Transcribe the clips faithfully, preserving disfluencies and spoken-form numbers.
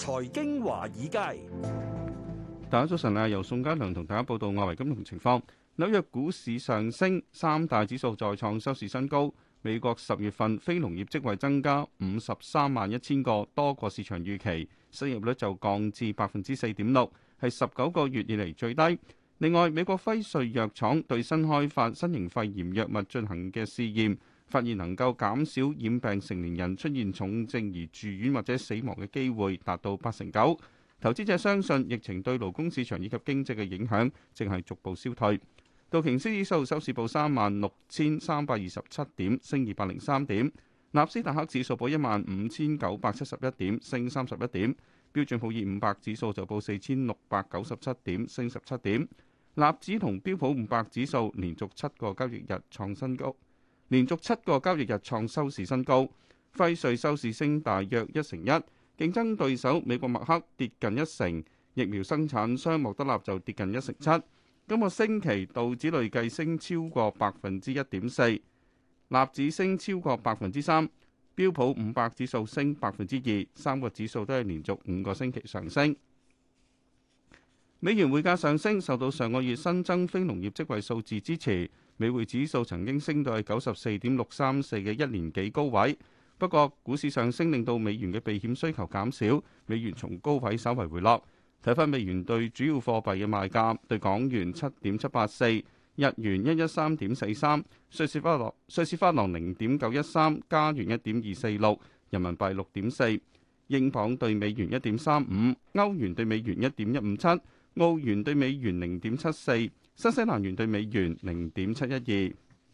財經華爾街， 大家早晨啊！由宋家良同大家報道外圍金融情況。紐約股市上升，三大指數再創收市新高。美國十月份非農業職位增加五十三萬一千個，多過市場預期。失業率就降至百分之四點六，係十九個月以嚟最低。另外，美國輝瑞藥廠對新開發新型肺炎藥物進行嘅試驗，發現能夠減少染病成年人出現重症而住院或者死亡嘅機會，達到八成九。投資者相信疫情對勞工市場以及經濟嘅影響正係逐步消退。道瓊斯指數收市報三萬六千三百二十七點，升二百零三點；納斯達克指數報一萬五千九百七十一點，升三十一點；標準普爾五百指數就報四千六百九十七點，升十七點。納指同標普五百指數連續七個交易日創新高，連續七個交易日創收市新高。輝瑞收市升大約一成一，競爭對手美國默克跌近一成，疫苗生產商莫德納就跌近一成七。今個星期道指累計升超過百分之一點四，納指升超過百分之三，標普五百指數升百分之二，三個指數都係連續五個星期上升。美元匯價上升，受到上個月新增非農業職位數字支持。美匯指數曾經升到係九十四點六三四嘅一年幾高位，不過股市上升令到美元嘅避險需求減少，美元從高位稍為回落。睇返美元對主要貨幣嘅賣價，對港元七點七八四，日元一一三點四三，瑞士法郎瑞士法郎零點九一三，加元一點二四六，人民幣六點四，英鎊對美元一點三五，歐元對美元一點一五七，澳元對美元零點七四，新西蘭元對美元零點七一二。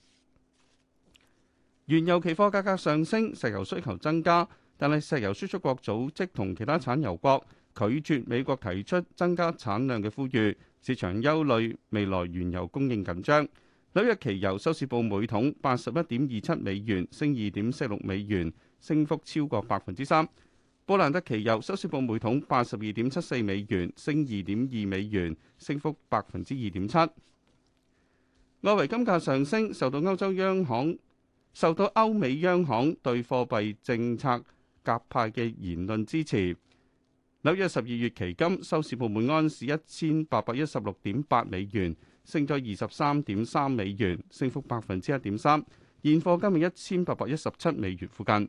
原油期貨價格上升，石油需求增加，但係石油輸出國組織同其他產油國拒絕美國提出增加產量嘅呼籲，市場憂慮未來原油供應緊張。紐約期油收市報每桶八十一點二七美元，升二點四六美元，升幅超過百分之三。布蘭特期油收市報每桶八十二點七四美元，升二點二美元，升幅百分之二點七。外圍金價上升，受到歐洲央行受到歐美央行對貨幣政策鴿派嘅言論支持。紐約十二月期金收市報每安士一千八百一十六點八美元，升咗二十三點三美元，升幅百分之一點三。現貨金係一千八百一十七美元附近。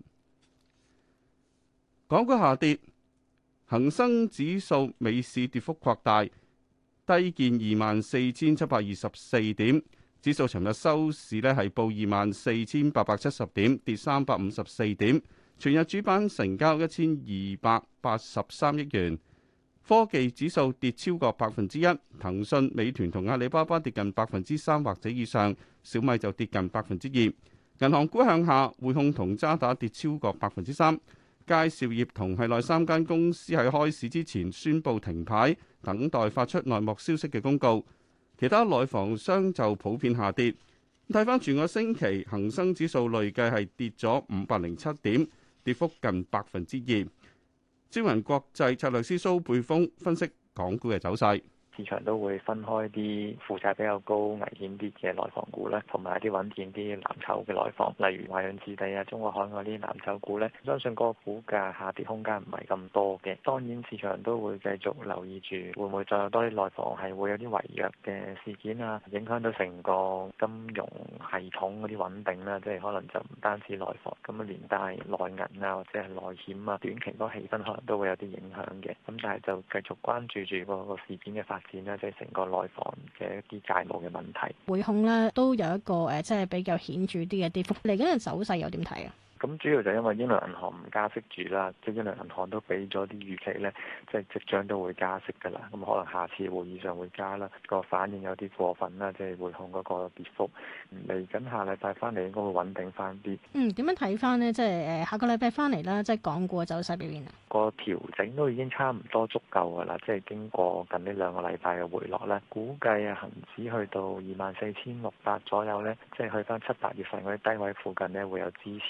港股下跌，恒生指數尾市跌幅擴大，低見二萬四千七百二十四點。指數尋日收市呢係報二萬四千八百七十點，跌三百五十四點。全日主板成交一千二百八十三億元，科技指數跌超過百分之一，騰訊、美團同阿里巴巴跌近百分之三或者以上，小米就跌近百分之二。銀行股向下，匯控同渣打跌超過百分之三。佳兆業同系內三間公司喺開市之前宣布停牌，等待發出內幕消息嘅公告。其他內房商就普遍下跌。睇返全個星期，恒生指數累計係跌咗五百零七點。跌幅近百分之二。招銀國際策略師蘇貝峰分析港股嘅走勢。 市場都會分開啲負債比較高、危險啲嘅內房股咧，同埋一啲穩健啲藍籌嘅內房，例如華潤置地啊、中國海外啲藍籌股咧，相信個股價下跌空間唔係咁多嘅。當然市場都會繼續留意住，會唔會再有多啲內房係會有啲違約嘅事件啊，影響到成個金融系統嗰啲穩定啦。即係可能就唔單止內房，咁啊連帶內銀啊或者係內險啊，短期嗰個氣氛可能都會有啲影響嘅。咁但係就繼續關注住個個事件嘅發展。即係成個內房嘅一啲債務嘅問題， 匯控咧都有一個誒，即係比較顯著啲嘅跌幅。嚟緊嘅走勢又點睇啊？ 咁主要就因為英倫銀行唔加息住啦，即係英倫銀行都俾咗啲預期咧，即係即將都會加息㗎啦。咁可能下次會議上會加啦，個反應有啲過分啦，即係匯控嗰個跌幅嚟緊下禮拜翻嚟應該會穩定翻啲。 嗯，點樣睇翻呢？即係誒下個禮拜翻嚟啦，即係港股嘅走勢表現啊？ 個調整都已經差唔多足夠㗎啦，即係經過近呢兩個禮拜嘅回落咧，估計啊恆指去到二萬四千六百左右咧，即係去翻七八月份嗰啲低位附近咧會有支持嘅。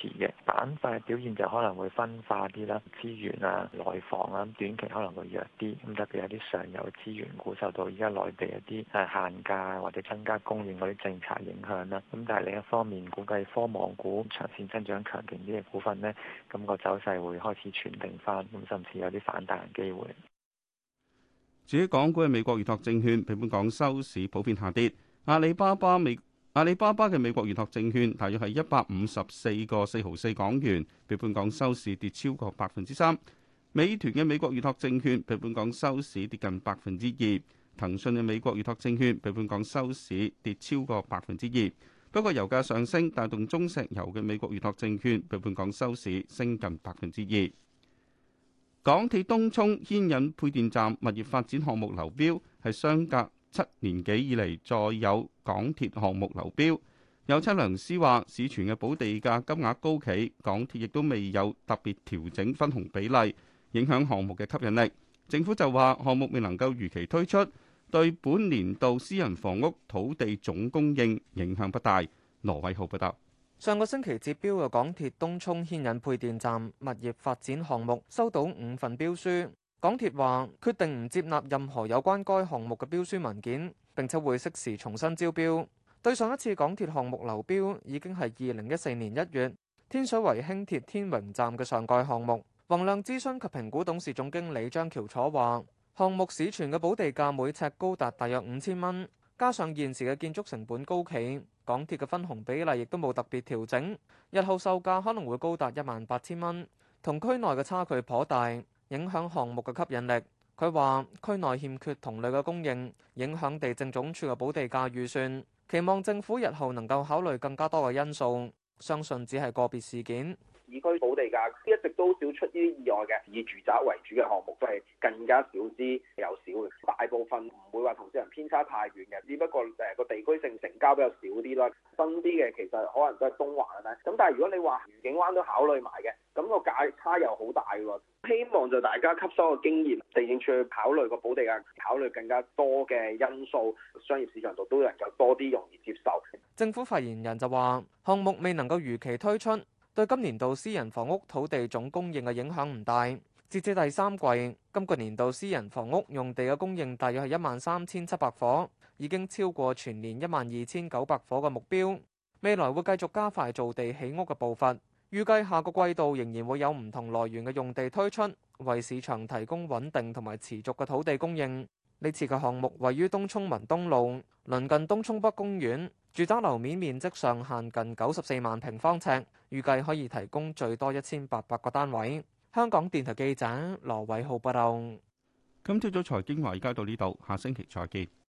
板塊表現就可能會分化啲啦，資源啊、內房啊，短期可能會弱啲。咁特別有啲上游資源股受到而家內地一啲誒限價或者增加供應嗰啲政策影響啦。咁但係另一方面，估計科網股長線增長強勁啲嘅股份呢，咁個走勢會開始傳定翻，咁甚至有啲反彈機會。 至於港股嘅美國預託證券，比本港收市普遍下跌。阿里巴巴美阿里巴巴嘅美國預託證券大約係一百五十四個四毫四港元，比本港收市跌超過百分之三。美團嘅美國預託證券比本港收市跌近百分之二。騰訊嘅美國預託證券比本港收市跌超過百分之二。不過油價上升帶動中石油嘅美國預託證券比本港收市升近百分之二。港鐵東涌牽引配電站物業發展項目流標，係相隔七年幾以嚟再有港鐵項目流標。有測量師話，市傳嘅補地價金額高企，港鐵亦都未有特別調整分紅比例，影響項目嘅吸引力。政府就話，項目未能夠如期推出，對本年度私人房屋土地總供應影響不大。羅偉浩報道。 上個星期接標嘅港鐵東涌牽引配電站物業發展項目收到五份標書，港鐵話決定唔接納任何有關該項目嘅標書文件，並且會適時重新招標。對上一次港鐵項目流標已經係二零一四年一月，天水圍輕鐵天榮站嘅上蓋項目。宏亮諮詢及評估董事總經理張喬楚話，項目市傳嘅補地價每尺高達大約五千蚊，加上現時嘅建築成本高企，港鐵嘅分紅比例亦都冇特別調整，日後售價可能會高達一萬八千蚊，同區內嘅差距頗大，影響項目嘅吸引力。佢話區內欠缺同類嘅供應，影響地政總署嘅補地價預算，期望政府日後能夠考慮更加多嘅因素，相信只係個別事件。 市區補地價一直都少出呢啲意外嘅，以住宅為主嘅項目都係更加少之又少嘅，大部分唔會話同市場偏差太遠嘅，只不過誒個地區性成交比較少啲啦。新啲嘅其實可能都係東環啦，咁但係如果你話愉景灣都考慮埋嘅，咁個價差又好大喎。希望就大家吸收個經驗，地政處去考慮個補地價，考慮更加多嘅因素，商業市場度都能夠多啲容易接受。 政府發言人就話，項目未能夠如期推出，對今年度私人房屋土地總供應嘅影響唔大。截至第三季，今個年度私人房屋用地嘅供應大約係一萬三千七百伙，已經超過全年一萬二千九百伙嘅目標。未來會繼續加快造地起屋嘅步伐，預計下個季度仍然會有唔同來源嘅用地推出，為市場提供穩定同埋持續嘅土地供應。呢次嘅項目位於東涌文東路，鄰近東涌北公園，住宅樓面面積上限近九十四萬平方尺，預計可以提供最多一千八百個單位。香港電台記者羅偉浩報道。 今朝早財經華爾街到呢度，下星期再見。